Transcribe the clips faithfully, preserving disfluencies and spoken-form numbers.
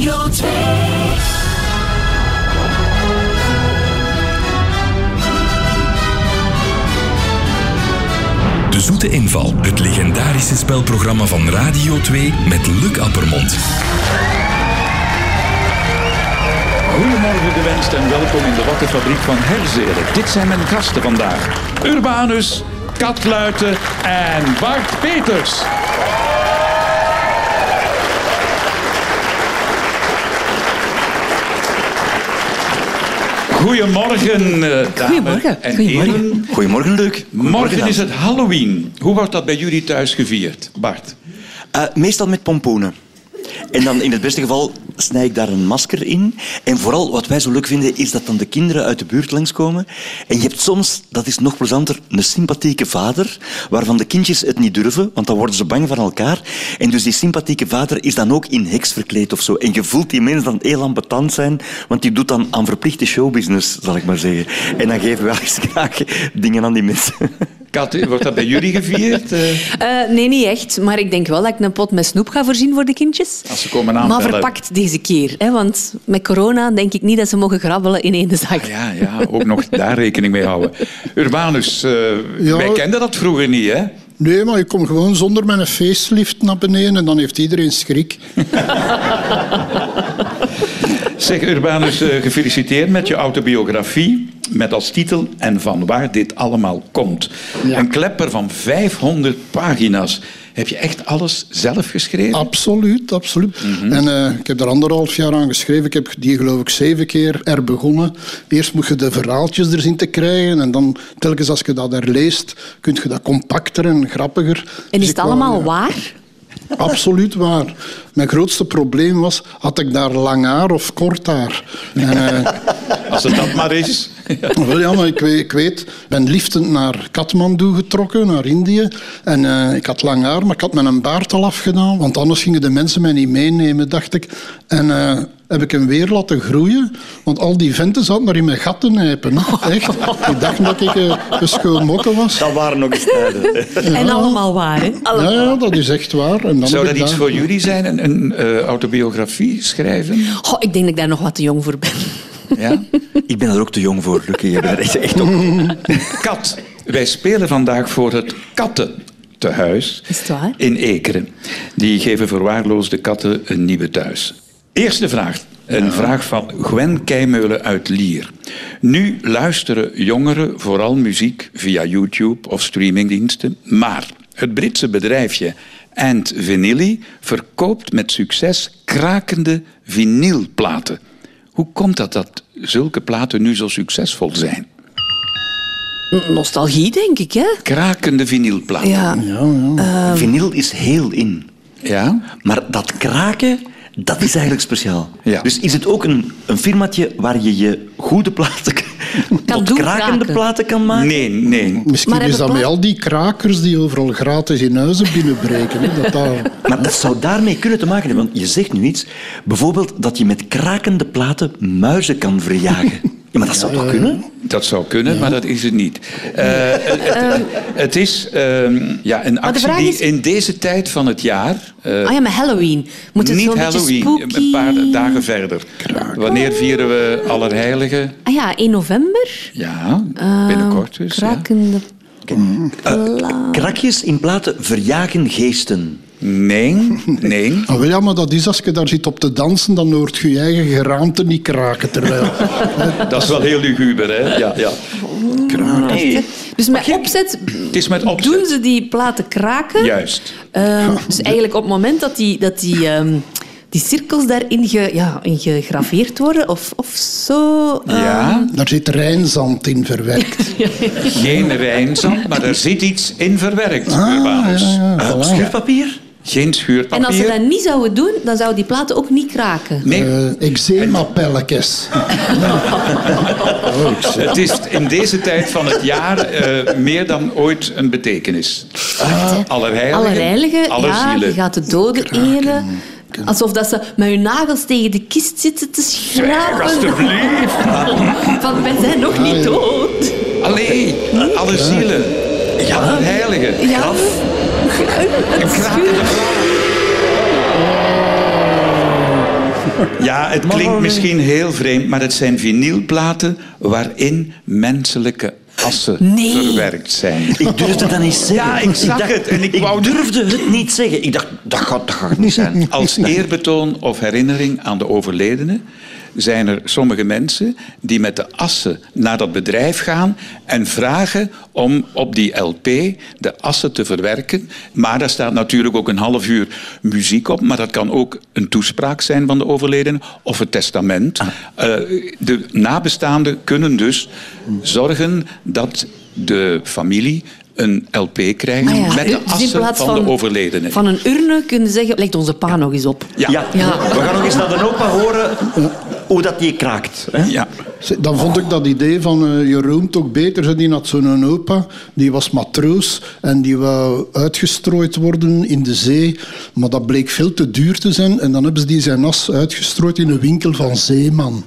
Radio twee. De Zoete Inval, het legendarische spelprogramma van Radio twee met Luc Appermond. Goedemorgen gewenst en welkom in de wakkerfabriek van Herzelen. Dit zijn mijn gasten vandaag. Urbanus, Kat Luiten en Bart Peters. Goedemorgen, dames Goedemorgen. en Goedemorgen. heren. Goedemorgen, Luc. Morgen is het Halloween. Hoe wordt dat bij jullie thuis gevierd, Bart? Uh, meestal met pompoenen. En dan in het beste geval snij ik daar een masker in. En vooral wat wij zo leuk vinden, is dat dan de kinderen uit de buurt langskomen. En je hebt soms, dat is nog plezanter, een sympathieke vader, waarvan de kindjes het niet durven, want dan worden ze bang van elkaar. En dus die sympathieke vader is dan ook in heks verkleed of zo. En je voelt die mens dan heel ambetant zijn, want die doet dan aan verplichte showbusiness, zal ik maar zeggen. En dan geven we wel eens graag dingen aan die mensen. Kat, wordt dat bij jullie gevierd? Uh, Uh, nee, niet echt. Maar ik denk wel dat ik een pot met snoep ga voorzien voor de kindjes. Als ze komen aanbellen. Maar verpakt deze keer. Hè? Want met corona denk ik niet dat ze mogen grabbelen in één zak. Ja, ja, ook nog daar rekening mee houden. Urbanus, uh, Ja. wij kenden dat vroeger niet, hè? Nee, maar je komt gewoon zonder met een facelift naar beneden en dan heeft iedereen schrik. Zeg, Urbanus, uh, gefeliciteerd met je autobiografie. Met als titel En van waar dit allemaal komt. Ja. Een klepper van vijfhonderd pagina's. Heb je echt alles zelf geschreven? Absoluut, absoluut. Mhm. En uh, ik heb er anderhalf jaar aan geschreven. Ik heb die geloof ik zeven keer er begonnen. Eerst moet je de verhaaltjes erin te krijgen en dan telkens als je dat herleest, kun je dat compacter en grappiger. En Dus is ik het wou, allemaal ja, waar? Absoluut waar. Mijn grootste probleem was, had ik daar lang haar of kort haar? En, uh, Als het dat maar is. Wel ja, maar ik weet, ik weet, ik ben liefdend naar Kathmandu getrokken, naar Indië. En uh, ik had lang haar, maar ik had mijn baard al afgedaan, want anders gingen de mensen mij niet meenemen, dacht ik. En uh, heb ik hem weer laten groeien, want al die venten zaten daar in mijn gat te nijpen. Echt. Ik dacht dat ik uh, een schoon mokken was. Dat waren nog eens tijden. En allemaal waar, hè? Ja, ja, dat is echt waar. En dan Zou heb dat ik iets daar- voor jullie zijn, een, een uh, autobiografie schrijven? Goh, ik denk dat ik daar nog wat te jong voor ben. Ja? Ik ben er ook te jong voor, Luc. Je bent er echt, echt op. Kat, wij spelen vandaag voor het kattentehuis Is het waar? in Ekeren. Die geven verwaarloosde katten een nieuwe thuis. Eerste vraag. Een vraag van Gwen Keimeulen uit Lier. Nu luisteren jongeren vooral muziek via YouTube of streamingdiensten. Maar het Britse bedrijfje Ant Vinyl verkoopt met succes krakende vinylplaten. Hoe komt dat dat zulke platen nu zo succesvol zijn? Nostalgie, denk ik, hè? Krakende vinylplaten. Ja. Ja, ja. Vinyl is heel in. Ja? Maar dat kraken, dat is eigenlijk speciaal. Ja. Dus is het ook een, een firmaatje waar je je goede platen tot doen krakende kraken. platen kan maken? Nee, nee. Misschien Maar is dat hebben met pla- al die krakers die overal gratis in huizen binnenbreken. Hè, dat dat... Maar dat zou daarmee kunnen te maken hebben. Want je zegt nu iets. Bijvoorbeeld dat je met krakende platen muizen kan verjagen. Ja, maar dat zou toch kunnen? Dat zou kunnen, maar dat is het niet. Uh, het, het, het is um, ja, een de actie vraag die is- in deze tijd van het jaar... uh, Ah ja, met Halloween. Moet het niet zo'n beetje Halloween, spooky... een paar dagen verder. Wanneer vieren we Allerheiligen? Ah ja, één november. Ja, binnenkort dus. Ja. Krakende... Krakjes in platen verjagen geesten. Nee, nee. Ah, wel ja, maar dat is als je daar zit op te dansen, dan hoort je je eigen geraamte niet kraken. Terwijl... Dat is wel heel luguber, hè? Ja, ja. Nee. Dus met opzet Het is met opzet. doen ze die platen kraken. Juist. Ehm, dus eigenlijk op het moment dat die, dat die, ehm, die cirkels daarin ge, ja, in gegraveerd worden of, of zo... eh, Ja, Daar zit rijnzand in verwerkt. geen rijnzand, maar er zit iets in verwerkt. Ah, Urbanus. ja, ja, Uh, voilà. schuurpapier? Geen schuurpapier. En als ze dat niet zouden doen, dan zouden die platen ook niet kraken. Nee, Uh, eczema-pelletjes. het is in deze tijd van het jaar uh, meer dan ooit een betekenis. Allerheiligen, Allerheiligen, alle ja, zielen. je gaat de doden eren. Alsof dat ze met hun nagels tegen de kist zitten te schrapen. Alsjeblieft. Van, wij zijn nog niet dood. Allee, alle zielen. Ja, allerheiligen. Ja. Een krakende Ja, het klinkt misschien heel vreemd, maar het zijn vinylplaten waarin menselijke assen Nee. verwerkt zijn. Ik durfde dat niet zeggen. Ja, ik zag dacht- het en ik ik wou- durfde het niet zeggen. Ik dacht, dat gaat, dat gaat het niet zijn. Als eerbetoon of herinnering aan de overledene zijn er sommige mensen die met de assen naar dat bedrijf gaan en vragen om op die L P de assen te verwerken. Maar daar staat natuurlijk ook een half uur muziek op, maar dat kan ook een toespraak zijn van de overledene of het testament. Uh, de nabestaanden kunnen dus zorgen dat de familie een L P krijgt Ah ja, met de dus in assen plaats van, de overledene. Van een urne kunnen zeggen, leg onze pa nog eens op. Ja. Ja. Ja. We gaan nog eens naar de opa horen hoe dat die kraakt. Hè? Ja. Dan vond ik dat idee van uh, Jeroen toch beter. Zo, die had zo'n opa, die was matroos en die wou uitgestrooid worden in de zee. Maar dat bleek veel te duur te zijn. En dan hebben ze die zijn as uitgestrooid in een winkel van Zeeman.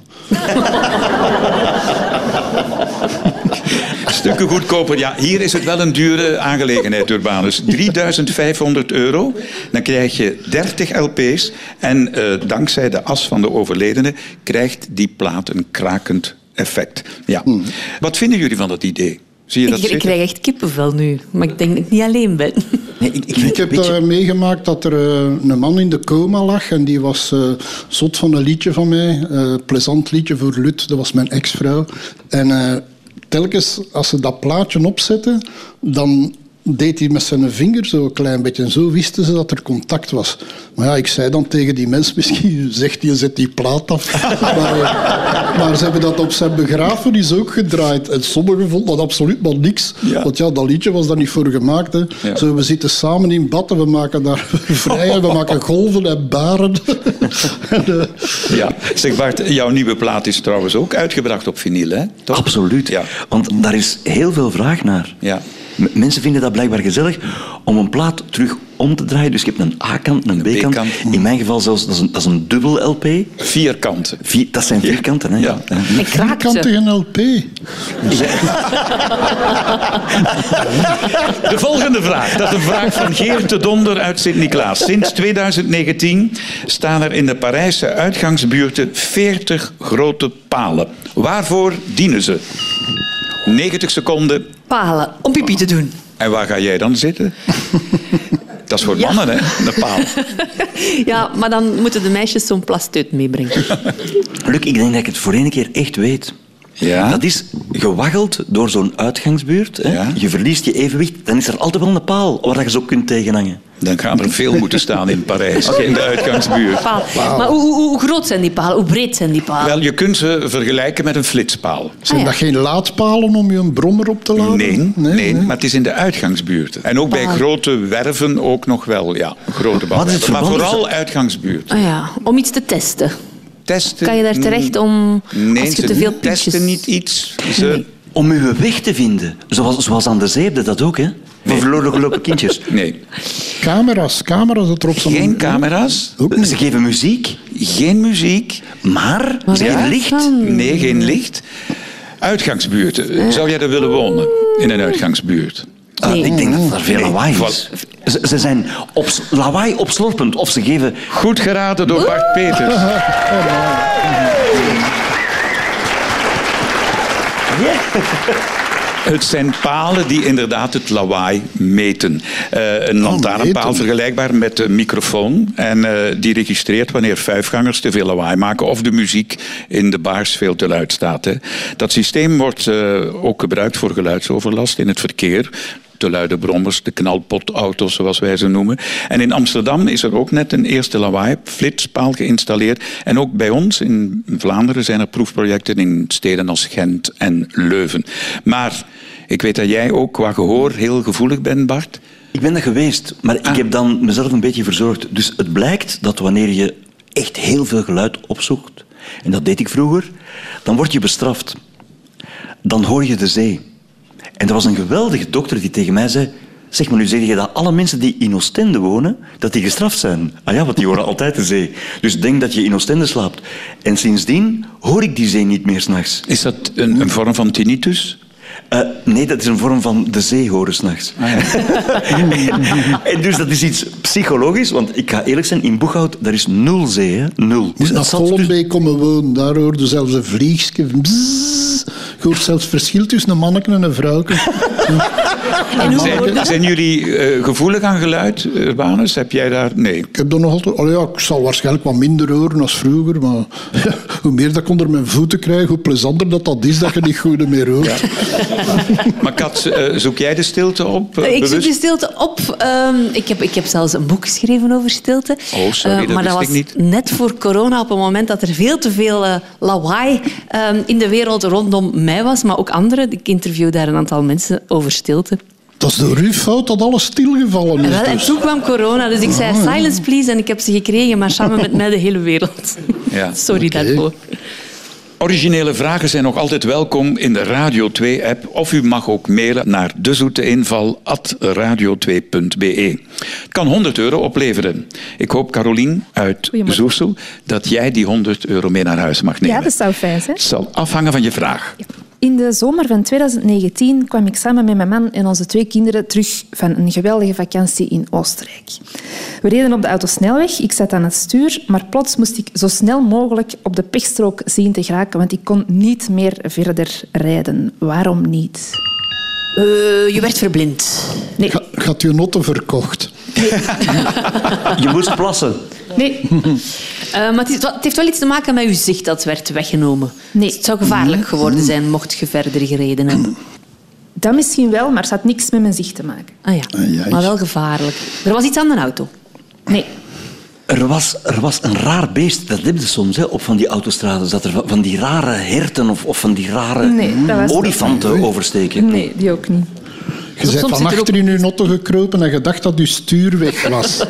Stukken goedkoper. Ja, hier is het wel een dure aangelegenheid, Urbanus. drieduizend vijfhonderd euro. Dan krijg je dertig L P's. En uh, dankzij de as van de overledene krijgt die plaat een krakend effect. Ja. Hmm. Wat vinden jullie van dat idee? Zie je dat Ik, ik zitten? krijg echt kippenvel nu. Maar ik denk dat ik niet alleen ben. Nee, ik, ik, Ik heb weet je- daar meegemaakt dat er uh, een man in de coma lag en die was uh, zot van een liedje van mij. Uh, plezant liedje voor Lut, dat was mijn ex-vrouw. En uh, telkens als ze dat plaatje opzetten, dan deed hij met zijn vinger zo een klein beetje. En zo wisten ze dat er contact was. Maar ja, ik zei dan tegen die mens, misschien zegt hij, zet die plaat af. maar, uh, maar ze hebben dat op zijn begrafenis ook gedraaid. En sommigen vonden dat absoluut maar niks. Ja. Want ja, dat liedje was daar niet voor gemaakt. Hè. Ja. Zo, we zitten samen in bad en we maken daar vrij en we maken golven en baren. en, uh, Ja. Zeg Bart, jouw nieuwe plaat is trouwens ook uitgebracht op vinyl, hè? Toch? Absoluut. Ja. Want daar is heel veel vraag naar. Ja. M- Mensen vinden dat blijkbaar gezellig om een plaat terug om te draaien. Dus je hebt een A-kant, een B-kant. B-kant. In mijn geval zelfs, dat is een, dat is een dubbel L P. Vierkanten. Vier, dat zijn vierkanten, hè? Ja. En kraakt ze. vierkantige L P. De volgende vraag. Dat is een vraag van Geert de Donder uit Sint-Niklaas. Sinds tweeduizend negentien staan er in de Parijse uitgangsbuurten veertig grote palen. Waarvoor dienen ze? negentig seconden. Palen, om pipi te doen. En waar ga jij dan zitten? Dat is voor Ja. mannen, hè? De paal. Ja, maar dan moeten de meisjes zo'n plasteut meebrengen. Luc, ik denk dat ik het voor één keer echt weet. Ja? Dat is gewaggeld door zo'n uitgangsbuurt. Hè. Ja. Je verliest je evenwicht. Dan is er altijd wel een paal waar je zo kunt tegenhangen. Dan gaan er veel moeten staan in Parijs, in de uitgangsbuurt. Paal. Maar hoe, hoe, hoe groot zijn die palen? Hoe breed zijn die palen? Wel, je kunt ze vergelijken met een flitspaal. Zijn Ah, ja. dat geen laadpalen om je een brommer op te laden? Nee, nee, maar het is in de uitgangsbuurten. En ook bij Paal. grote werven ook nog wel, ja. Grote Wat is het bouwwerven. Maar verband? vooral uitgangsbuurt. Ah ja, om iets te testen. Testen... Kan je daar terecht om Nee, als je ze te veel puntjes... testen niet iets. Ze... Om uw weg te vinden. Zoals, zoals aan de zee heb je dat ook, hè? Voor verloren gelopen kindjes. Nee. Camera's, camera's dat erop staan. Geen camera's, Ook niet. Ze geven muziek, geen muziek, maar Maar ze ja, geven licht. dan- nee, geen licht. Uitgangsbuurten. Zou jij er willen wonen in een uitgangsbuurt? Ah, Nee. ik denk dat er veel Nee, lawaai is. Ze, ze zijn op, lawaai opslorpend. Of ze geven... Goed geraden door Bart Peters. Het zijn palen die inderdaad het lawaai meten. Uh, een lantaarnpaal meten. vergelijkbaar met een microfoon. En uh, die registreert wanneer vijfgangers te veel lawaai maken of de muziek in de baars veel te luid staat. Hè. Dat systeem wordt uh, ook gebruikt voor geluidsoverlast in het verkeer. Te luide brommers, de knalpotauto's zoals wij ze noemen. En in Amsterdam is er ook net een eerste lawaai-flitspaal geïnstalleerd. En ook bij ons in Vlaanderen zijn er proefprojecten in steden als Gent en Leuven. Maar ik weet dat jij ook qua gehoor heel gevoelig bent, Bart. Ik ben dat geweest, maar ik Ah. heb dan mezelf een beetje verzorgd. Dus het blijkt dat wanneer je echt heel veel geluid opzoekt, en dat deed ik vroeger, dan word je bestraft. Dan hoor je de zee. En er was een geweldige dokter die tegen mij zei... Zeg maar, nu zeg je dat alle mensen die in Oostende wonen, dat die gestraft zijn. Ah ja, want die horen altijd de zee. Dus denk dat je in Oostende slaapt. En sindsdien hoor ik die zee niet meer s'nachts. Is dat een, een vorm van tinnitus? Uh, nee, dat is een vorm van de zee horen s'nachts. Ah, ja. En dus dat is iets psychologisch, want ik ga eerlijk zijn, in Boeghout, daar is nul zee, hè? Nul. Dus naar Vollenbeek komen wonen, daar hoorde zelfs een vliegje. Bzzz. Je hoort zelfs verschil tussen een manneke en een vrouwke. En hoe Zijn, hoorde dat? zijn jullie uh, gevoelig aan geluid, Urbanus? Heb jij daar... Nee. Ik heb dat nog altijd... Oh ja, ik zal waarschijnlijk wat minder horen als vroeger, maar ja, hoe meer dat ik onder mijn voeten krijg, hoe plezanter dat dat is dat je niet goed meer hoort. Ja. Maar Kat, uh, zoek jij de stilte op? Uh, Ik bewust? zoek de stilte op. Um, ik, heb, ik heb zelfs een boek geschreven over stilte. Oh, sorry, Uh, dat maar dat wist was ik niet. net voor corona, op een moment dat er veel te veel uh, lawaai um, in de wereld rondom mij was, maar ook anderen. Ik interview daar een aantal mensen over stilte. Dat is door uw fout dat alles stilgevallen En, is. wel, en Dus. toen kwam corona, dus ik zei silence please en ik heb ze gekregen, maar samen met mij de hele wereld. Ja. Sorry Oké. daarvoor. Originele vragen zijn nog altijd welkom in de Radio twee-app. Of u mag ook mailen naar dezoeteinval at radio twee punt be. Het kan honderd euro opleveren. Ik hoop, Carolien uit Goedemorgen. Zoersel, dat jij die honderd euro mee naar huis mag nemen. Ja, dat zou fijn zijn. Het zal afhangen van je vraag. In de zomer van twintig negentien kwam ik samen met mijn man en onze twee kinderen terug van een geweldige vakantie in Oostenrijk. We reden op de autosnelweg, ik zat aan het stuur, maar plots moest ik zo snel mogelijk op de pechstrook zien te geraken, want ik kon niet meer verder rijden. Waarom niet? Uh, je werd verblind. Nee, Ga- Gaat je notte verkocht? Je moest plassen. nee, Uh, maar het, is, het heeft wel iets te maken met uw zicht dat werd weggenomen. Nee. Het zou gevaarlijk geworden zijn mocht je verder gereden hebben. dat misschien wel, maar het had niks met mijn zicht te maken. Ah ja, Ai, ai. maar wel gevaarlijk. Er was iets aan de auto. Nee, Er was, er was een raar beest, dat heb je soms hè, op van die autostraden, dat er van- van die rare herten of, of van die rare Nee, dat was- olifanten oversteken. nee, die ook niet. Je bent soms van zit er achter in je notte gekropen en je dacht dat je stuur weg was.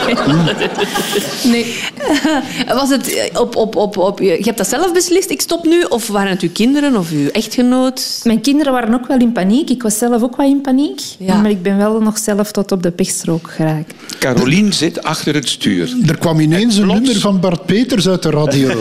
Nee. Was het op, op, op, op... Je hebt dat zelf beslist, ik stop nu? Of waren het uw kinderen of uw echtgenoot? Mijn kinderen waren ook wel in paniek. Ik was zelf ook wel in paniek. Ja. Maar ik ben wel nog zelf tot op de pechstrook geraakt. Carolien zit achter het stuur. Er kwam ineens een Plots. nummer van Bart Peters uit de radio.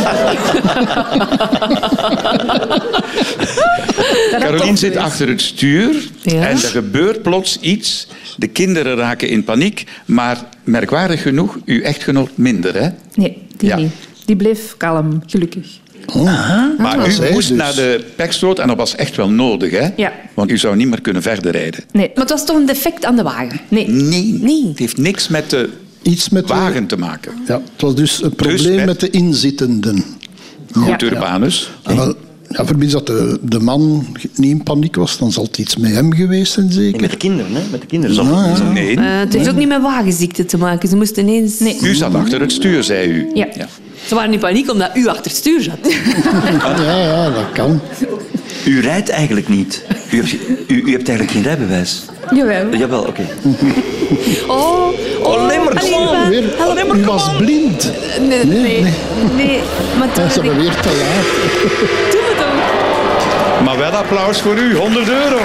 Carolien zit achter het stuur Ja. en er gebeurt plots iets. De kinderen raken in paniek, maar merkwaardig genoeg, uw echtgenoot minder, hè? Nee, die Ja. niet. Die bleef kalm, gelukkig. Maar Ah, u zij moest dus. naar de pechstrook en dat was echt wel nodig, hè? Ja. Want u zou niet meer kunnen verder rijden. Nee. Maar het was toch een defect aan de wagen? Nee. Nee, Nee. het heeft niks met de Iets met de- wagen te maken. Ja, het was dus een probleem met- met de inzittenden. Goed, Ja. Urbanus. En wel, ja, vermits dat de, de man niet in paniek was, dan zal het iets met hem geweest zijn, En zeker. met de kinderen, hè? Met de kinderen. Zo. Ja, ja. Nee, Uh, het heeft ook niet met wagenziekte te maken. Ze moesten ineens... Nee. u zat achter het stuur, zei u. Ja. Ze waren in paniek omdat u achter het stuur zat. Ja, ja, dat kan. U rijdt eigenlijk niet. U hebt, u, u hebt eigenlijk geen rijbewijs. Jawel. Jawel, oké. Oh, oh, Alleen maar Aliva. gewoon Weer, Help me, u come was on. blind. Nee, nee, nee. nee. Maar Dat is toen dan weer te laat. doe het ook. Maar wel applaus voor u, honderd euro.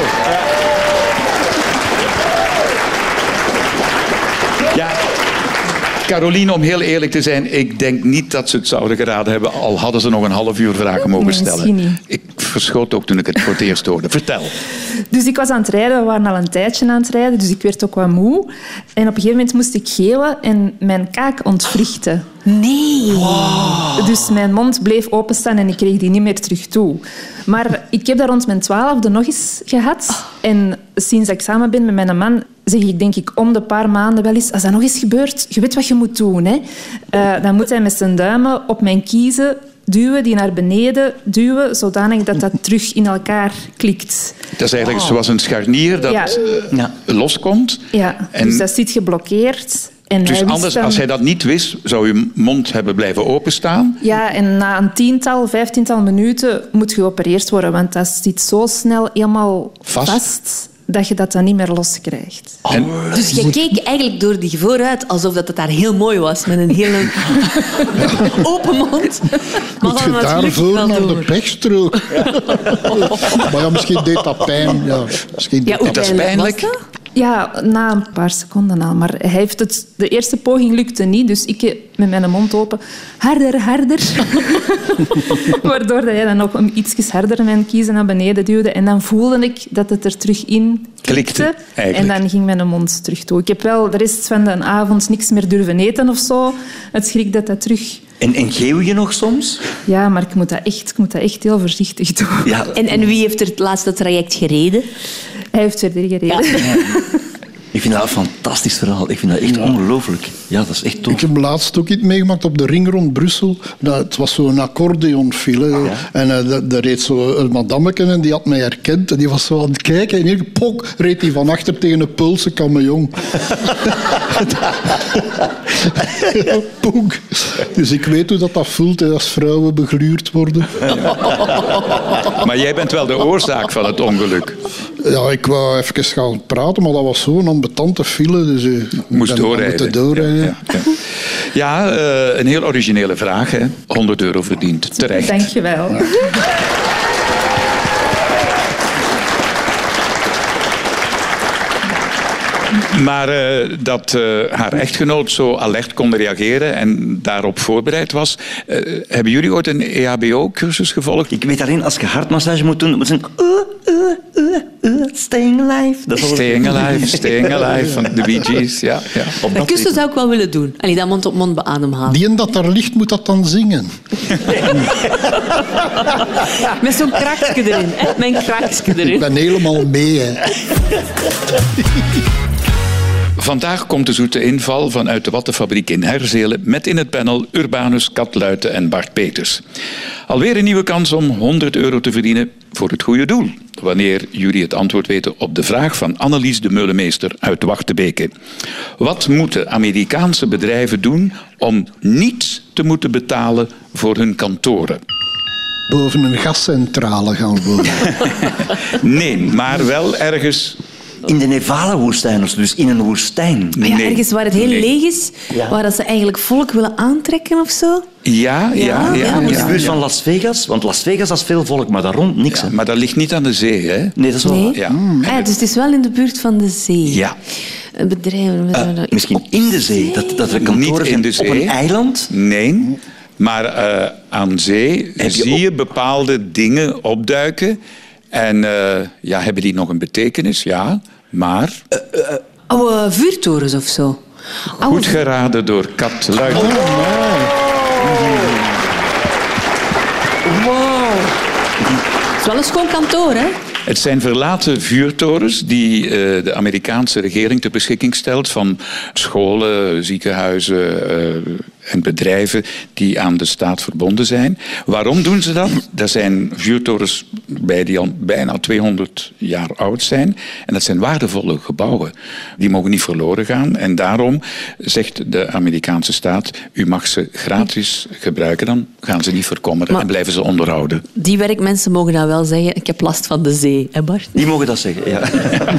Ja, Carolien, om heel eerlijk te zijn, ik denk niet dat ze het zouden geraden hebben, al hadden ze nog een half uur vragen mogen Nee, stellen. misschien niet. Ik verschoot ook toen ik het voor het eerst hoorde. Vertel. Dus ik was aan het rijden, we waren al een tijdje aan het rijden, dus ik werd ook wat moe. En op een gegeven moment moest ik geeuwen en mijn kaak ontwrichtte. Nee. Dus mijn mond bleef openstaan en ik kreeg die niet meer terug toe. Maar ik heb dat rond mijn twaalfde nog eens gehad. En sinds dat ik samen ben met mijn man, zeg ik denk ik om de paar maanden wel eens, als dat nog eens gebeurt, je weet wat je moet doen. Hè? Uh, dan moet hij met zijn duimen op mijn kiezen duwen, die naar beneden duwen, zodanig dat dat terug in elkaar klikt. Dat is eigenlijk zoals een scharnier dat Ja. eh, Ja. loskomt. Ja, En- dus dat zit geblokkeerd. En Dus hij wist anders, dan- als hij dat niet wist, zou uw mond hebben blijven openstaan. Ja, en na een tiental, vijftiental minuten moet geopereerd worden, want dat zit zo snel helemaal Vast. vast, dat je dat dan niet meer loskrijgt. En Dus je keek eigenlijk door die vooruit alsof dat het daar heel mooi was, met een hele open mond. Maar Moet dan je was het gelukkig daarvoor wel naar de door. pechstrook? Maar ja, misschien deed dat pijn. Ja, misschien Ja, deed hoe dat is pijnlijk pijnlijk. was dat? Ja, na een paar seconden al. Maar hij heeft het, de eerste poging lukte niet, dus ik met mijn mond open, harder, harder. Waardoor hij dan nog iets harder mijn kiezen naar beneden duwde. En dan voelde ik dat het er terug in klikte. En dan ging mijn mond terug toe. Ik heb wel de rest van de avond niks meer durven eten of zo. Het schrik dat dat terug... En, en geeuw je nog soms? Ja, maar ik moet dat echt, ik moet dat echt heel voorzichtig doen. Ja. En, en wie heeft er het laatste traject gereden? Hij heeft verder gereden. Ja. Ik vind dat een fantastisch verhaal. Ik vind dat echt ja. ongelooflijk. Ja, dat is echt tof. Ik heb laatst ook iets meegemaakt op de ring rond Brussel. Dat, het was zo'n accordeonfile. Ja. En uh, daar reed zo'n madammeke en die had mij herkend. En die was zo aan het kijken. En hier, pok, reed hij van achter tegen een Poolse kameleon. Pok. Dus ik weet hoe dat, dat voelt hè, als vrouwen begluurd worden. Ja. Maar jij bent wel de oorzaak van het ongeluk. Ja, ik wou even gaan praten, maar dat was zo'n ambetante file. Dus ik moest doorrijden. doorrijden. Ja, ja, ja. ja uh, een heel originele vraag. Hè. honderd euro verdiend. Terecht. Dank je wel. Ja. Maar uh, dat uh, haar echtgenoot zo alert kon reageren en daarop voorbereid was. Uh, hebben jullie ooit een E H B O-cursus gevolgd? Ik weet alleen, als je hartmassage moet doen, moet je zeggen... Uh, uh, uh, uh, staying alive. Dat staying alive, staying alive van de Bee Gees. Ja, ja. Dat kussen zou ik wel willen doen. Allee, dat mond op mond beademhalen. Die en dat daar ligt, moet dat dan zingen. Met zo'n kraksje erin. Hè? Mijn kraksje erin. Ik ben helemaal mee. Hè. Vandaag komt de zoete inval vanuit de Wattenfabriek in Herzelen met in het panel Urbanus, Kat Luijten en Bart Peters. Alweer een nieuwe kans om honderd euro te verdienen voor het goede doel. Wanneer jullie het antwoord weten op de vraag van Annelies de Meulemeester uit Wachtebeke. Wat moeten Amerikaanse bedrijven doen om niets te moeten betalen voor hun kantoren? Boven een gascentrale gaan wonen. Nee, maar wel ergens... In de Nevada-woestijn, dus in een woestijn. Maar ja, nee. ergens waar het heel nee. leeg is, ja. Waar dat ze eigenlijk volk willen aantrekken of zo. Ja, ja, ja. ja, In de ja, buurt ja. van Las Vegas, want Las Vegas has veel volk, maar daar rond niks. Ja, maar dat ligt niet aan de zee, hè? Nee, dat is wel... Nee? Ja. Mm. Ah, dus het is wel in de buurt van de zee. Ja. Bedrijven... Uh, misschien in de zee, dat, dat er kantoren niet in de zijn zee. op een eiland? Nee, maar uh, aan zee Heb je zie op... je bepaalde dingen opduiken. En uh, ja, hebben die nog een betekenis? Ja, maar... Uh, uh, Oude vuurtorens of zo. Goed geraden door Kat Luijten. Oh, wow. Het is wel een schoon kantoor, hè? Het zijn verlaten vuurtorens die uh, de Amerikaanse regering ter beschikking stelt van scholen, ziekenhuizen uh, en bedrijven die aan de staat verbonden zijn. Waarom doen ze dat? Dat zijn vuurtorens bij die al bijna tweehonderd jaar oud zijn. En dat zijn waardevolle gebouwen. Die mogen niet verloren gaan. En daarom zegt de Amerikaanse staat, u mag ze gratis gebruiken. Dan gaan ze niet verkommeren maar en blijven ze onderhouden. Die werkmensen mogen dan wel zeggen, ik heb last van de zee, hè Bart? Die mogen dat zeggen, ja.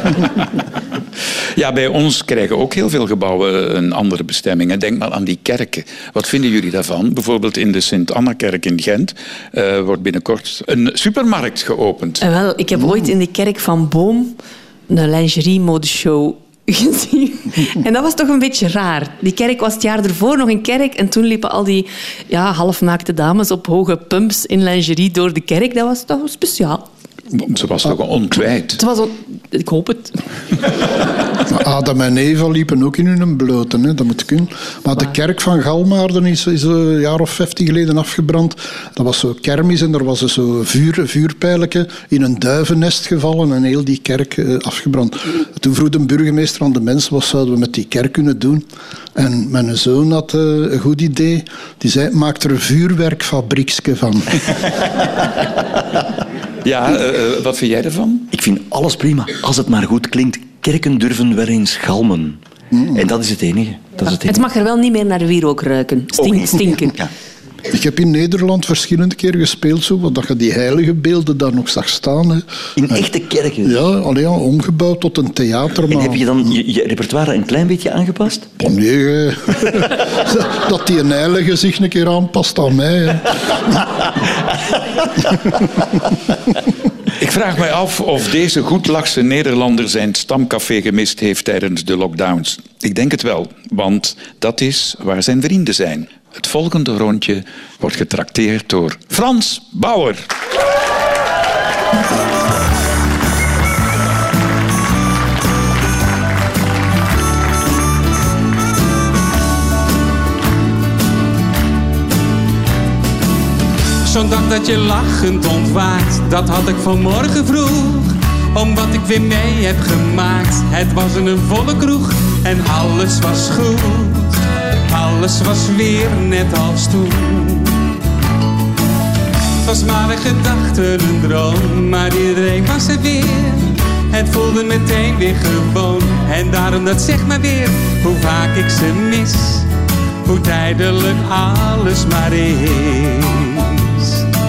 Ja, bij ons krijgen ook heel veel gebouwen een andere bestemming. Denk maar aan die kerken. Wat vinden jullie daarvan? Bijvoorbeeld in de Sint-Anna-kerk in Gent uh, wordt binnenkort een supermarkt geopend. En wel, ik heb ooit in de kerk van Boom een lingerie-modeshow gezien. En dat was toch een beetje raar. Die kerk was het jaar ervoor nog een kerk en toen liepen al die ja, halfnaakte dames op hoge pumps in lingerie door de kerk. Dat was toch speciaal. Ze was toch ontwijd? Het was on... Ik hoop het. Adam en Eva liepen ook in hun blote, hè? Dat moet kunnen. Maar de kerk van Galmaarden is, is een jaar of vijftig geleden afgebrand. Dat was zo kermis en er was zo vuur, vuurpijletje in een duivennest gevallen en heel die kerk uh, afgebrand. Toen vroeg de burgemeester aan de mensen, wat zouden we met die kerk kunnen doen? En mijn zoon had uh, een goed idee. Die zei, maak er een vuurwerkfabriekske van. Ja, uh, wat vind jij ervan? Ik vind alles prima, als het maar goed klinkt. Kerken durven wel eens galmen. Mm. En dat is het enige. Dat is het, enige. Het mag er wel niet meer naar wierook ruiken. Stink, stinken. Ja. Ik heb in Nederland verschillende keren gespeeld, zo, dat je die heilige beelden daar nog zag staan. Hè. In echte kerken? Ja, allee, ja, omgebouwd tot een theater. Maar... En heb je dan je, je repertoire een klein beetje aangepast? Oh, nee, dat die een heilige zich een keer aanpast aan mij. Hè. Ik vraag mij af of deze goedlachse Nederlander zijn stamcafé gemist heeft tijdens de lockdowns. Ik denk het wel, want dat is waar zijn vrienden zijn. Het volgende rondje wordt getrakteerd door Frans Bauer. Zo'n dag dat je lachend ontwaakt, dat had ik vanmorgen vroeg. Omdat ik weer mee heb gemaakt. Het was in een volle kroeg en alles was goed. Alles was weer net als toen. Het was maar een gedachte, een droom, maar iedereen was er weer. Het voelde meteen weer gewoon. En daarom dat zegt maar weer hoe vaak ik ze mis. Hoe tijdelijk alles maar is.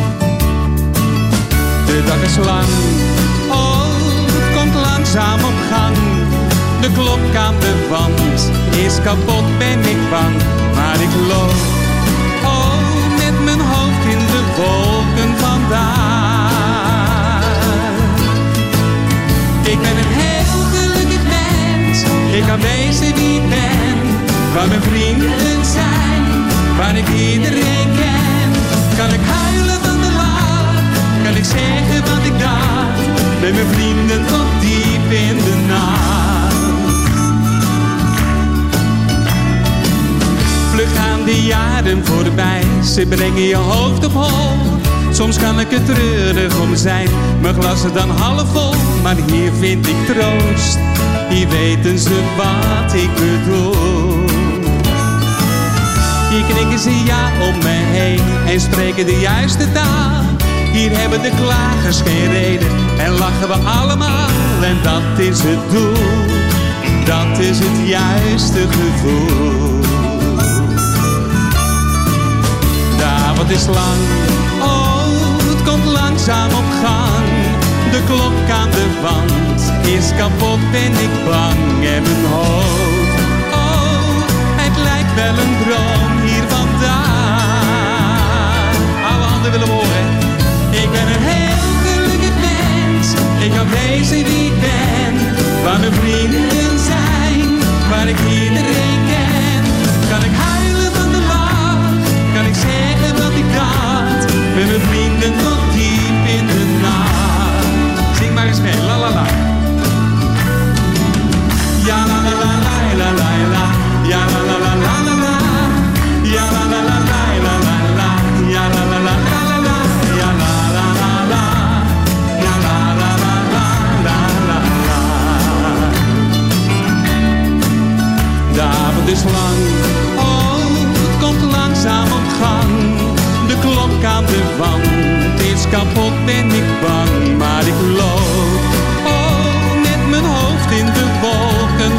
De dag is lang, oh, het komt langzaam op gang. De klok aan de wand is kapot, ben ik bang. Maar ik loop, oh, met mijn hoofd in de wolken vandaag. Ik ben een heel gelukkig mens. Ik kan wezen wie ik ben. Waar mijn vrienden zijn, waar ik iedereen ken. Kan ik huilen van de lach, kan ik zeggen wat ik dacht. Met mijn vrienden tot diep in de nacht. Vlug gaan die jaren voorbij, ze brengen je hoofd op hol. Soms kan ik er treurig om zijn, mijn glas is dan half vol. Maar hier vind ik troost, hier weten ze wat ik bedoel. Hier knikken ze ja om me heen en spreken de juiste taal. Hier hebben de klagers geen reden en lachen we allemaal. En dat is het doel, dat is het juiste gevoel. De avond is lang, oh, het komt langzaam op gang. De klok aan de wand is kapot, ben ik bang. En mijn hoofd, oh, het lijkt wel een droom hier vandaan. Alle handen willen horen. Ik ben een heel gelukkig mens. Ik kan wezen wie ik ben. Waar mijn vrienden zijn, waar ik iedereen ken. Kan ik huilen van de lach, kan ik zeggen wat ik dacht. Met mijn vrienden tot diep in de nacht. Zing maar eens mee, la la la. Ja la la la la la la la. Ja la la la la la la. Ja la la la la la la la. Ja la la la la la la. Ja la la la la. Ja la la la la la la la. De avond is lang, oh, het komt langzaam op gang. De klok aan de wand is kapot, ben ik bang. Maar ik loop, oh, met mijn hoofd in de wolken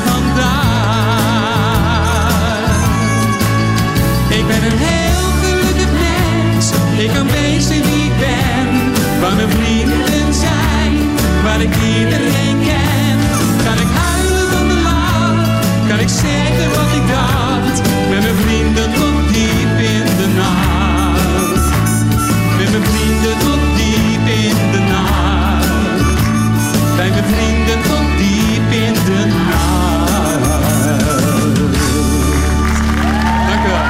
vandaag. Ik ben een heel gelukkig mens. Ik kan wezen wie ik ben. Waar mijn vrienden zijn, waar ik iedereen ken. Kan ik huilen van de lach, kan ik zeggen wat ik dacht. Met mijn vrienden tot diep in de nacht. Met mijn vrienden tot diep in de nacht. Bij mijn vrienden tot diep in de nacht. Dank u wel.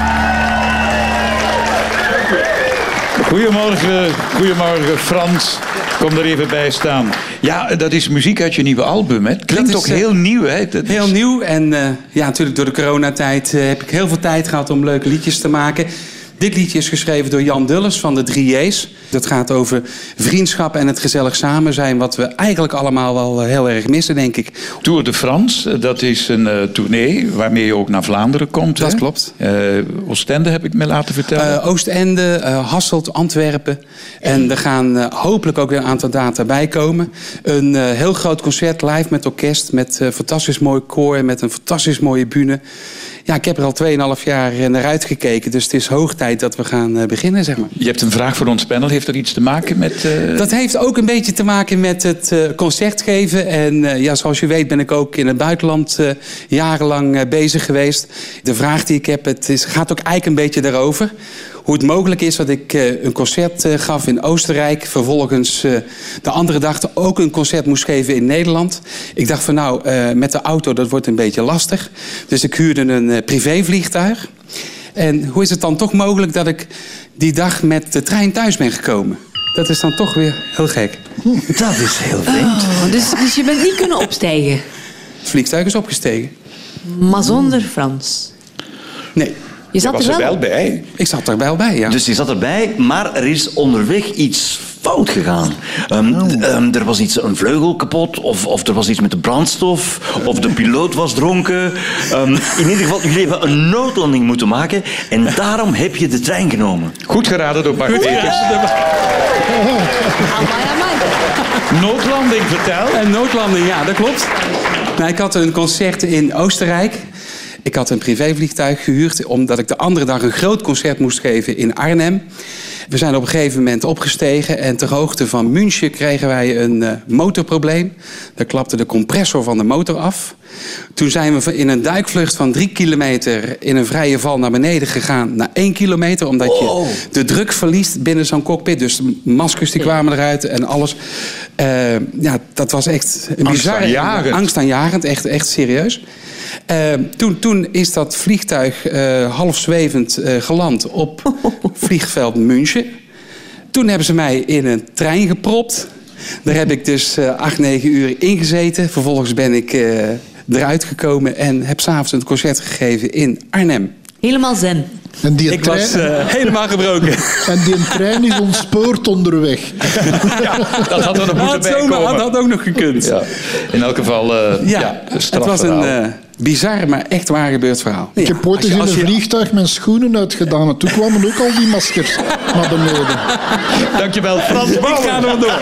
Goedemorgen, goedemorgen Frans. Kom er even bij staan. Ja, dat is muziek uit je nieuwe album. Hè? Het klinkt Dat is, ook heel nieuw. Hè? Dat Heel is... nieuw en uh, ja, natuurlijk door de coronatijd uh, heb ik heel veel tijd gehad om leuke liedjes te maken. Dit liedje is geschreven door Jan Dulles van de drie J's. Dat gaat over vriendschap en het gezellig samen zijn, wat we eigenlijk allemaal wel heel erg missen, denk ik. Tour de France, dat is een uh, tournee waarmee je ook naar Vlaanderen komt. Dat hè? klopt. Uh, Oostende heb ik me laten vertellen. Uh, Oostende, uh, Hasselt, Antwerpen. En er gaan uh, hopelijk ook weer een aantal data bij komen. Een uh, heel groot concert live met orkest, met uh, fantastisch mooi koor, met een fantastisch mooie bühne. Ja, ik heb er al tweeënhalf jaar naar uitgekeken. Dus het is hoog tijd dat we gaan uh, beginnen, zeg maar. Je hebt een vraag voor ons panel. Heeft dat iets te maken met... Uh... Dat heeft ook een beetje te maken met het uh, concert geven. En uh, ja, zoals je weet ben ik ook in het buitenland uh, jarenlang uh, bezig geweest. De vraag die ik heb, het is, gaat ook eigenlijk een beetje daarover. hoe het mogelijk is dat ik uh, een concert uh, gaf in Oostenrijk. Vervolgens uh, de andere dag ook een concert moest geven in Nederland. Ik dacht van nou, uh, met de auto dat wordt een beetje lastig. Dus ik huurde een uh, privévliegtuig. En hoe is het dan toch mogelijk dat ik die dag met de trein thuis ben gekomen? Dat is dan toch weer heel gek. Dat is heel vreemd. Oh, dus, dus je bent niet kunnen opstijgen? Het vliegtuig is opgestegen. Maar zonder Frans? Nee. Je zat was er wel, er wel bij. Ik zat er wel bij, ja. Dus je zat erbij, maar er is onderweg iets fout gegaan. Um, oh. um, er was iets, een vleugel kapot, of, of er was iets met de brandstof, of de piloot was dronken. Um, in ieder geval, jullie hebben een noodlanding moeten maken en daarom heb je de trein genomen. Goed geraden door Bart Peters. Noodlanding, vertel. Een noodlanding, ja, dat klopt. Nou, ik had een concert in Oostenrijk. Ik had een privévliegtuig gehuurd omdat ik de andere dag een groot concert moest geven in Arnhem. We zijn op een gegeven moment opgestegen en ter hoogte van München kregen wij een uh, motorprobleem. Daar klapte de compressor van de motor af. Toen zijn we in een duikvlucht van drie kilometer in een vrije val naar beneden gegaan naar één kilometer. Omdat je de druk verliest binnen zo'n cockpit. Dus de maskers die kwamen eruit en alles. Uh, ja, dat was echt een bizarre... Angstaanjagend, echt, echt serieus. Uh, toen, toen is dat vliegtuig uh, half zwevend uh, geland op vliegveld München. Toen hebben ze mij in een trein gepropt. Daar heb ik dus uh, acht, negen uur in gezeten. Vervolgens ben ik uh, eruit gekomen en heb 's avonds een concert gegeven in Arnhem. Helemaal zen. En die ik trein... was uh, helemaal gebroken. En die trein is ontspoord onderweg. Ja, dat had er nog moeten bij komen. Dat had ook nog gekund. Ja. In elk geval, uh, ja, ja, een het was een uh, bizar, maar echt waar gebeurd verhaal. Ik ja. heb ooit eens in een je... vliegtuig mijn schoenen uitgedaan. En toen kwamen ook al die maskers naar beneden. Dankjewel, Frans Bauer. Ik ga er door.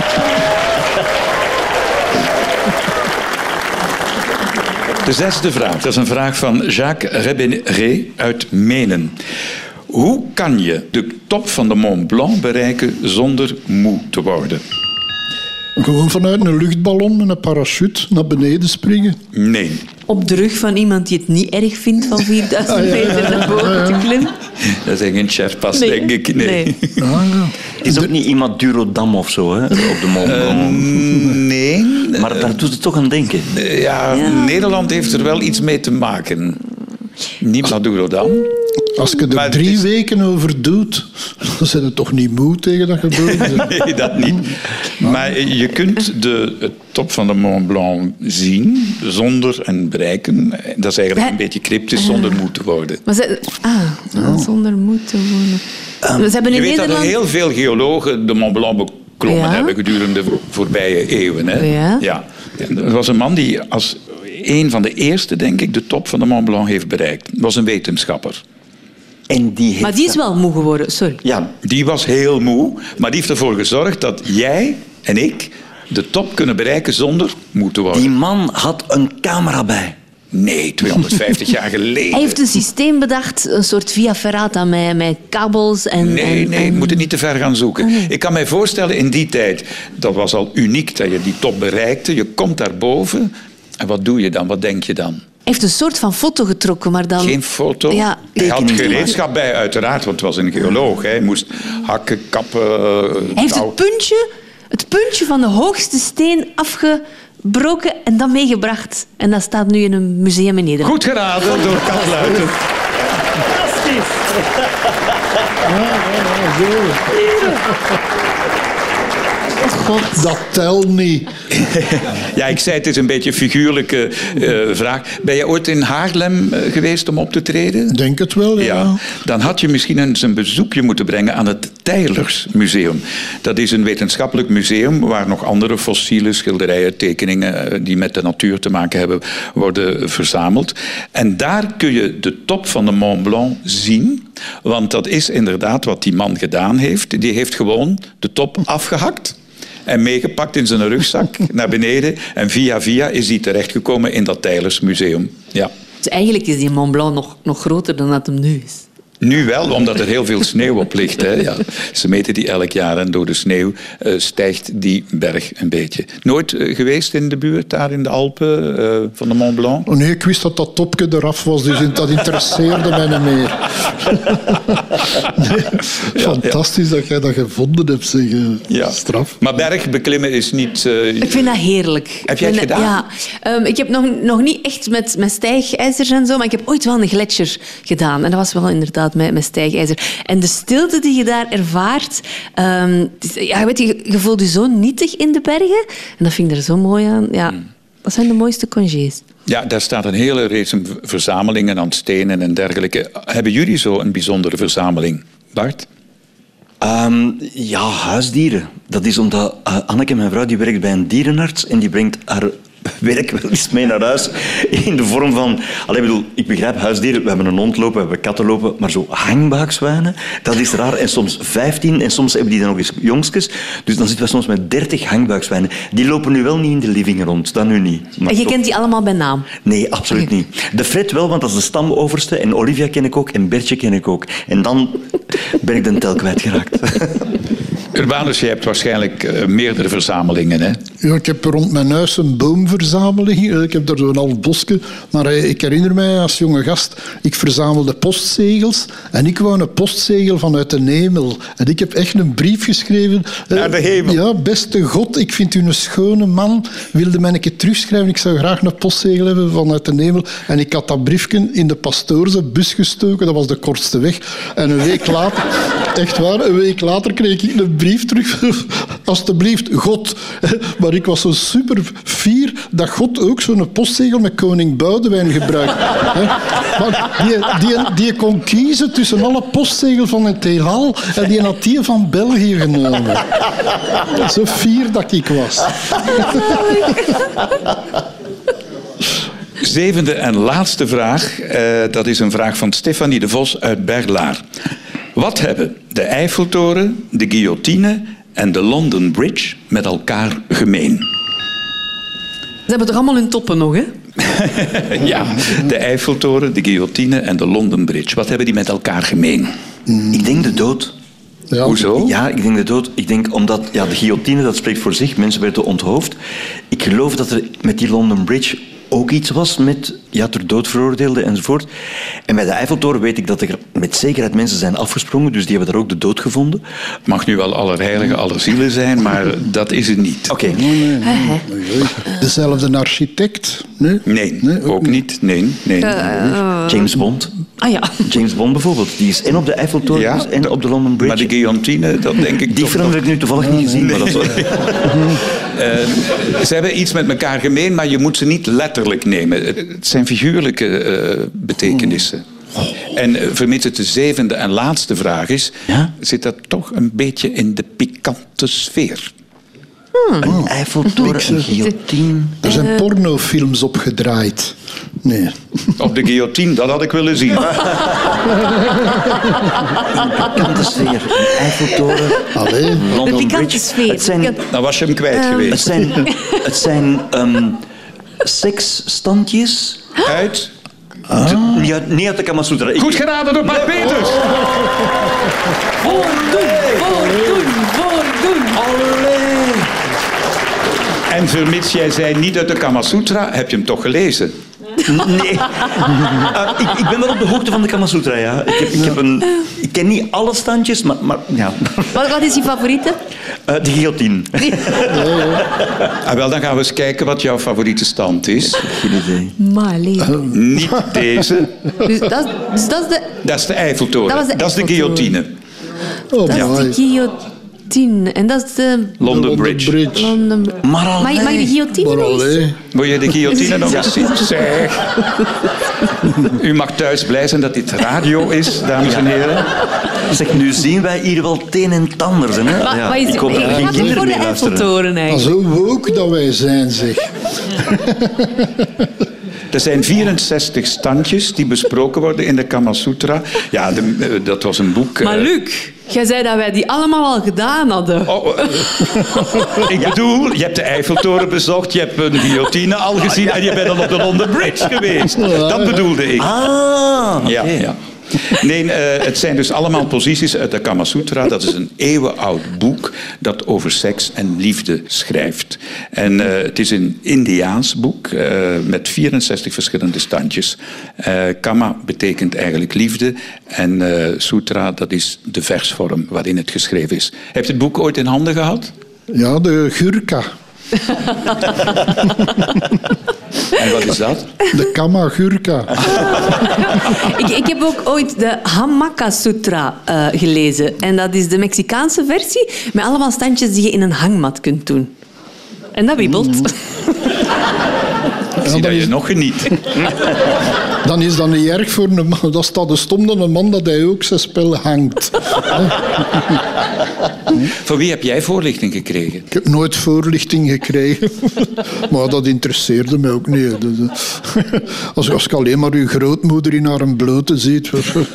De zesde vraag, dat is een vraag van Jacques Rebénéré uit Menen. Hoe kan je de top van de Mont Blanc bereiken zonder moe te worden? Gewoon vanuit een luchtballon met een parachute naar beneden springen. Nee. Op de rug van iemand die het niet erg vindt van vierduizend meter naar boven te klimmen? Dat is geen Sherpas, nee. denk ik. Nee. nee. Ah, ja. Is ook niet iemand Durodam of zo, hè, op de Mont Blanc? Uh, nee. Maar daar doet het toch aan denken. Uh, ja, ja, Nederland heeft er wel iets mee te maken. Niet Maduro dan. Als je er maar drie is... weken over doet, dan zijn het toch niet moe tegen dat gebeuren? Nee, dat niet. Maar je kunt de top van de Mont Blanc zien zonder en bereiken. Dat is eigenlijk een beetje cryptisch, zonder moe te worden. Maar ze, ah, oh. zonder moe te worden. Um, ze hebben in je weet Nederland... dat er heel veel geologen de Mont Blanc beklommen ja? hebben gedurende de voorbije eeuwen. Hè? Ja? Ja. Er was een man die als een van de eerste, denk ik, de top van de Mont Blanc heeft bereikt. Dat was een wetenschapper. En die heeft maar die is wel moe geworden, sorry. Ja, die was heel moe, maar die heeft ervoor gezorgd dat jij en ik de top kunnen bereiken zonder moe te worden. Die man had een camera bij. Nee, tweehonderdvijftig jaar geleden. Hij heeft een systeem bedacht, een soort via ferrata met, met kabels en... Nee, en, nee, je moet het niet te ver gaan zoeken. Oh, nee. Ik kan mij voorstellen, in die tijd, dat was al uniek dat je die top bereikte. Je komt daarboven en wat doe je dan? Wat denk je dan? Hij heeft een soort van foto getrokken, maar dan... Geen foto? Ja, hij had gereedschap bij, uiteraard, want het was een geoloog. Hij moest hakken, kappen... Hij heeft het puntje, het puntje van de hoogste steen afgebroken en dan meegebracht. En dat staat nu in een museum in Nederland. Goed geraden door Kat Luiten. Fantastisch. God. Dat telt niet. Ja, ik zei het is een beetje een figuurlijke uh, vraag. Ben je ooit in Haarlem uh, geweest om op te treden? Denk het wel, ja. ja. Dan had je misschien eens een bezoekje moeten brengen aan het Teylers Museum. Dat is een wetenschappelijk museum waar nog andere fossielen, schilderijen, tekeningen uh, die met de natuur te maken hebben, worden verzameld. En daar kun je de top van de Mont Blanc zien. Want dat is inderdaad wat die man gedaan heeft. Die heeft gewoon de top afgehakt en meegepakt in zijn rugzak naar beneden. En via via is hij terechtgekomen in dat Teylers Museum. Ja. Dus eigenlijk is die Mont Blanc nog, nog groter dan dat hem nu is. Nu wel, omdat er heel veel sneeuw op ligt. Hè. Ja, ze meten die elk jaar en door de sneeuw uh, stijgt die berg een beetje. Nooit uh, geweest in de buurt, daar in de Alpen, uh, van de Mont Blanc? Oh nee, ik wist dat dat topje eraf was, dus dat interesseerde mij niet meer. Nee, fantastisch ja, ja. dat jij dat gevonden hebt, zeg. Ja. Straf. Maar bergbeklimmen is niet... Uh... Ik vind dat heerlijk. Heb jij het gedaan? Ja. Um, ik heb nog, nog niet echt met, met stijgijzers en zo, maar ik heb ooit wel een gletsjer gedaan. En dat was wel inderdaad met, met stijgijzer. En de stilte die je daar ervaart... Um, ja, weet je, je voelt je zo nietig in de bergen. En dat vind ik er zo mooi aan. Ja, hmm. Dat zijn de mooiste congés. Ja, daar staat een hele reeks verzamelingen aan stenen en dergelijke. Hebben jullie zo een bijzondere verzameling, Bart? Um, ja, huisdieren. Dat is omdat uh, Anneke, mijn vrouw, die werkt bij een dierenarts en die brengt haar werk wel eens mee naar huis in de vorm van... Allee, bedoel, ik begrijp huisdieren, we hebben een hond lopen, we hebben katten lopen, maar zo hangbuikzwijnen, dat is raar. En soms vijftien en soms hebben die dan nog eens jongskes. Dus dan zitten we soms met dertig hangbuikzwijnen. Die lopen nu wel niet in de living rond, dat nu niet. Maar en je toch... kent die allemaal bij naam? Nee, absoluut okay. niet. De Fred wel, want dat is de stamoverste. En Olivia ken ik ook en Bertje ken ik ook. En dan ben ik de tel kwijtgeraakt. Urbanus, jij hebt waarschijnlijk uh, meerdere verzamelingen, hè? Ja, ik heb rond mijn huis een boomverzameling. Ik heb daar zo'n half bosje. Maar ik herinner mij als jonge gast, ik verzamelde postzegels en ik wou een postzegel vanuit de hemel. En ik heb echt een brief geschreven. Naar de hemel? Ja, beste God, ik vind u een schone man. Wilde mij een keer terugschrijven. Ik zou graag een postzegel hebben vanuit de hemel. En ik had dat briefje in de pastoorse bus gestoken. Dat was de kortste weg. En een week later, echt waar, een week later kreeg ik een brief terug. Alsjeblieft, God. Maar ik was zo super fier dat God ook zo'n postzegel met koning Boudewijn gebruikt. Maar die, die, die kon kiezen tussen alle postzegels van het heelal en die had die van België genomen. Zo fier dat ik was. Zevende en laatste vraag. Uh, dat is een vraag van Stefanie de Vos uit Berlaar. Wat hebben de Eiffeltoren, de guillotine en de London Bridge met elkaar gemeen? Ze hebben toch allemaal hun toppen nog, hè? Ja, de Eiffeltoren, de guillotine en de London Bridge. Wat hebben die met elkaar gemeen? Mm. Ik denk de dood. Ja. Hoezo? Ja, ik denk de dood. Ik denk omdat ja, de guillotine, dat spreekt voor zich. Mensen werden onthoofd. Ik geloof dat er met die London Bridge ook iets was met ja, ter dood veroordeelden enzovoort. En bij de Eiffeltoren weet ik dat er met zekerheid mensen zijn afgesprongen, dus die hebben daar ook de dood gevonden. Het mag nu wel allerheilige, alle zielen zijn, maar dat is het niet. Oké. Okay. Nee, nee, nee. Dezelfde architect? Nee, nee, nee ook, ook niet. Nee, nee. Uh, James Bond. Ah ja. James Bond bijvoorbeeld. Die is en op de Eiffeltoren ja, en op de London Bridge. Maar de guillotine, dat denk ik Die film heb ik nu toevallig niet gezien. Nee. Maar dat is... uh, ze hebben iets met elkaar gemeen, maar je moet ze niet letterlijk nemen. Het zijn figuurlijke uh, betekenissen. Oh. En uh, vermits het de zevende en laatste vraag is, ja? zit dat toch een beetje in de pikante sfeer. Hmm. Een Eiffeltoren, een guillotine. Er zijn pornofilms opgedraaid. Nee. Op de guillotine, dat had ik willen zien. Een pikante sfeer, een Eiffeltoren. Allee. London de pikante Bridge. sfeer. Het zijn, dan was je hem kwijt uh, geweest. Het zijn, het zijn um, seksstandjes. Uit? Ah. De, niet, uit, niet uit de Kama Sutra. Goed geraden door Bart Peters. Voordoen, voordoen, voordoen. Allee. En vermits jij zei niet uit de Kama Sutra, heb je hem toch gelezen? Nee. Uh, ik, ik ben wel op de hoogte van de Kama Sutra, ja. Ik, heb, ik, heb een, ik ken niet alle standjes, maar... maar ja. Wat, wat is je favoriete? Uh, de guillotine. Nee. Ah, wel, dan gaan we eens kijken wat jouw favoriete stand is. Geen idee. Maar uh, Niet deze. Dus dat, dus dat is de... Dat is de Eiffeltoren. Dat, de, dat is de guillotine. Oh, dat is de guillotine. En dat is de... London Bridge. Bridge. London... Maar al mag, mag je de guillotine nog eens? Wil je de guillotine nog eens zien? Zeg. U mag thuis blij zijn dat dit radio is, dames en heren. Zeg, nu zien wij hier wel teen en tanders. Hè? Maar, ja, maar is, ik hoop dat er geen kinderen voor de mee luisteren. Eiffeltoren eigenlijk. Zo woke dat wij zijn, zeg. Er zijn vierenzestig standjes die besproken worden in de Kama Sutra. Ja, de, dat was een boek... Maar Luc, jij zei dat wij die allemaal al gedaan hadden. Oh, uh, ik bedoel, je hebt de Eiffeltoren bezocht, je hebt een guillotine al gezien en je bent al op de London Bridge geweest. Dat bedoelde ik. Ah, okay. Ja, ja. Nee, uh, het zijn dus allemaal posities uit de Kama Sutra. Dat is een eeuwenoud boek dat over seks en liefde schrijft. En uh, het is een Indiaans boek uh, met vierenzestig verschillende standjes. Uh, Kama betekent eigenlijk liefde en uh, Sutra, dat is de versvorm waarin het geschreven is. Heb je het boek ooit in handen gehad? Ja, de Gurkha. En wat is dat? De Kama Gurkha. ik, ik heb ook ooit de Hamaka Sutra uh, gelezen. En dat is de Mexicaanse versie met allemaal standjes die je in een hangmat kunt doen. En dat wiebelt. Mm. Ik zie dat je nog geniet. Dan is dat niet erg voor een man. Dat staat de stom dan een man dat hij ook zijn spel hangt. Van wie heb jij voorlichting gekregen? Ik heb nooit voorlichting gekregen. Maar dat interesseerde mij ook niet. Als, als ik alleen maar uw grootmoeder in haar blote ziet.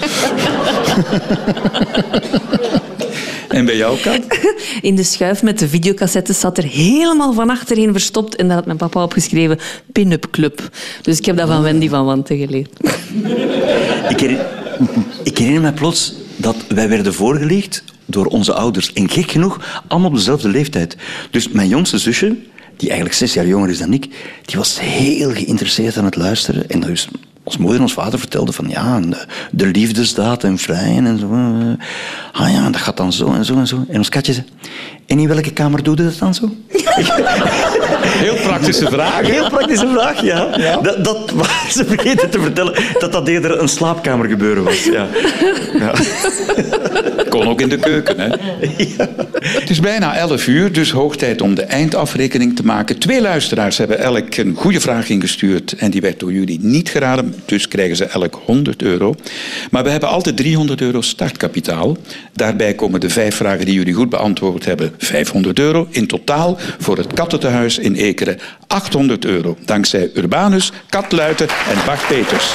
En bij jou, Kat? In de schuif met de videocassettes zat er helemaal van achterin verstopt. En daar had mijn papa opgeschreven Pin-up Club. Dus ik heb dat van Wendy van Wanten geleerd. Ik herinner, ik herinner me plots dat wij werden voorgelegd door onze ouders. En gek genoeg, allemaal op dezelfde leeftijd. Dus mijn jongste zusje, die eigenlijk zes jaar jonger is dan ik, die was heel geïnteresseerd aan het luisteren. En dus ons moeder en ons vader vertelden van ja, de liefdesdaad en vrijen en zo. Ah ja, dat gaat dan zo en zo en zo. En ons katje zei, en in welke kamer doe je dat dan zo? Heel praktische vraag. Heel praktische vraag, ja. ja. Dat, dat waren ze vergeten te vertellen, dat dat eerder een slaapkamer gebeuren was. Ja. Ja. Kon ook in de keuken, hè? Ja. Het is bijna elf uur, dus hoog tijd om de eindafrekening te maken. Twee luisteraars hebben elk een goede vraag ingestuurd en die werd door jullie niet geraden, dus krijgen ze elk honderd euro. Maar we hebben altijd driehonderd euro startkapitaal. Daarbij komen de vijf vragen die jullie goed beantwoord hebben, vijfhonderd euro. In totaal voor het kattentehuis in Ekeren achthonderd euro. Dankzij Urbanus, Kat Luiten en Bart Peters.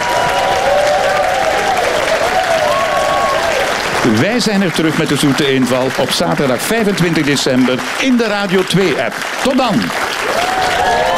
Wij zijn er terug met de Zoete Inval op zaterdag vijfentwintig december in de Radio twee app. Tot dan!